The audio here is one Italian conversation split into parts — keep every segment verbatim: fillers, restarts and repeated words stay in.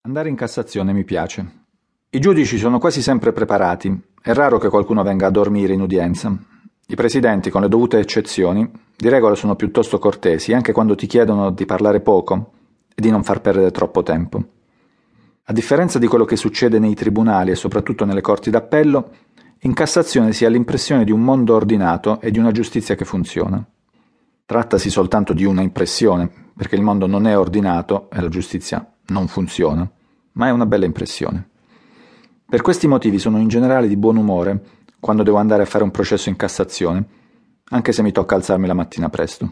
Andare in Cassazione mi piace. I giudici sono quasi sempre preparati, è raro che qualcuno venga a dormire in udienza. I presidenti, con le dovute eccezioni, di regola sono piuttosto cortesi, anche quando ti chiedono di parlare poco e di non far perdere troppo tempo. A differenza di quello che succede nei tribunali e soprattutto nelle corti d'appello, in Cassazione si ha l'impressione di un mondo ordinato e di una giustizia che funziona. Trattasi soltanto di una impressione, perché il mondo non è ordinato e la giustizia non funziona, ma è una bella impressione. Per questi motivi sono in generale di buon umore quando devo andare a fare un processo in Cassazione, anche se mi tocca alzarmi la mattina presto.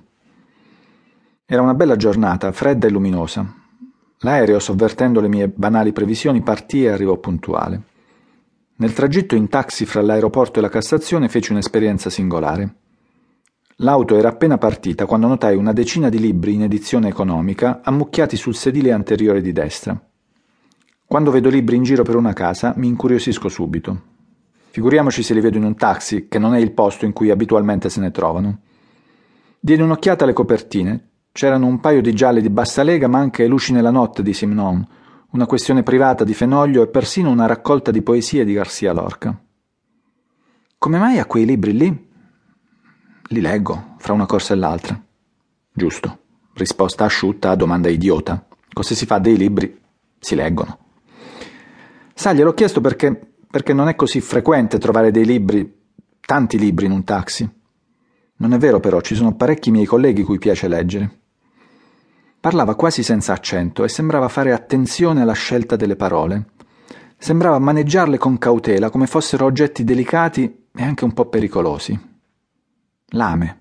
Era una bella giornata, fredda e luminosa. L'aereo, sovvertendo le mie banali previsioni, partì e arrivò puntuale. Nel tragitto in taxi fra l'aeroporto e la Cassazione feci un'esperienza singolare. L'auto era appena partita quando notai una decina di libri in edizione economica ammucchiati sul sedile anteriore di destra. Quando vedo libri in giro per una casa mi incuriosisco subito. Figuriamoci se li vedo in un taxi, che non è il posto in cui abitualmente se ne trovano. Diedi un'occhiata alle copertine. C'erano un paio di gialli di bassa lega, ma anche Luci nella notte di Simon, una questione privata di Fenoglio e persino una raccolta di poesie di Garcia Lorca. Come mai a quei libri lì? Li leggo, fra una corsa e l'altra. Giusto. Risposta asciutta a domanda idiota. Cosa si fa dei libri? Si leggono. Sai, gliel'ho chiesto perché, perché non è così frequente trovare dei libri, tanti libri in un taxi. Non è vero però, ci sono parecchi miei colleghi cui piace leggere. Parlava quasi senza accento e sembrava fare attenzione alla scelta delle parole. Sembrava maneggiarle con cautela, come fossero oggetti delicati e anche un po' pericolosi. L'ame.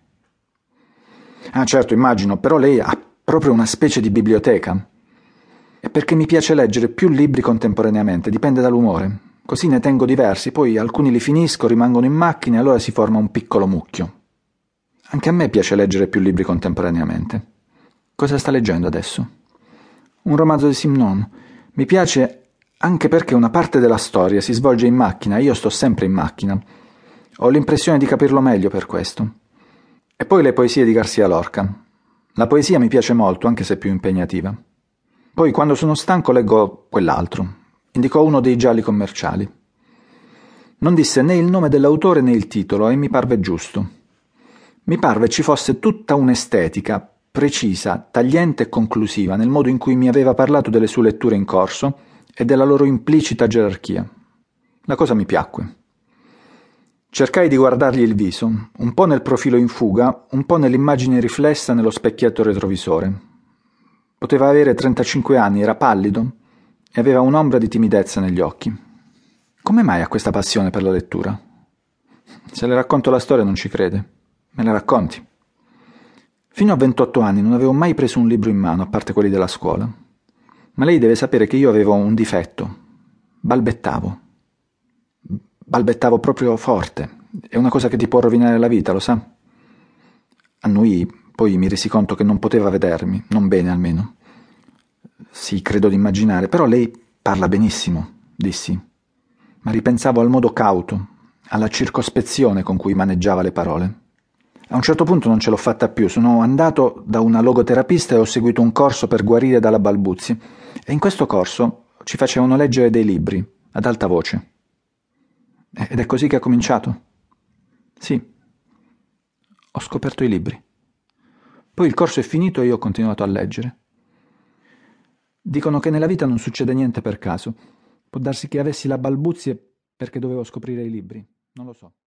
Ah, certo, immagino, però lei ha proprio una specie di biblioteca. È perché mi piace leggere più libri contemporaneamente, dipende dall'umore. Così ne tengo diversi, poi alcuni li finisco, rimangono in macchina e allora si forma un piccolo mucchio. Anche a me piace leggere più libri contemporaneamente. Cosa sta leggendo adesso? Un romanzo di Simon. Mi piace anche perché una parte della storia si svolge in macchina, io sto sempre in macchina. Ho l'impressione di capirlo meglio per questo. E poi le poesie di Garcia Lorca. La poesia mi piace molto, anche se più impegnativa. Poi, quando sono stanco, leggo quell'altro. Indicò uno dei gialli commerciali. Non disse né il nome dell'autore né il titolo, e mi parve giusto. Mi parve ci fosse tutta un'estetica, precisa, tagliente e conclusiva, nel modo in cui mi aveva parlato delle sue letture in corso e della loro implicita gerarchia. La cosa mi piacque. Cercai di guardargli il viso, un po' nel profilo in fuga, un po' nell'immagine riflessa nello specchietto retrovisore. Poteva avere trentacinque anni, era pallido e aveva un'ombra di timidezza negli occhi. Come mai ha questa passione per la lettura? Se le racconto la storia non ci crede. Me la racconti? Fino a ventotto anni non avevo mai preso un libro in mano, a parte quelli della scuola. Ma lei deve sapere che io avevo un difetto. Balbettavo. Balbettavo proprio forte. È una cosa che ti può rovinare la vita, lo sa? Annuii, poi mi resi conto che non poteva vedermi, non bene almeno. Sì, credo di immaginare, però lei parla benissimo, dissi. Ma ripensavo al modo cauto, alla circospezione con cui maneggiava le parole. A un certo punto non ce l'ho fatta più, sono andato da una logoterapista e ho seguito un corso per guarire dalla balbuzie, e in questo corso ci facevano leggere dei libri, ad alta voce. Ed è così che ha cominciato? Sì. Ho scoperto i libri. Poi il corso è finito e io ho continuato a leggere. Dicono che nella vita non succede niente per caso. Può darsi che avessi la balbuzie perché dovevo scoprire i libri. Non lo so.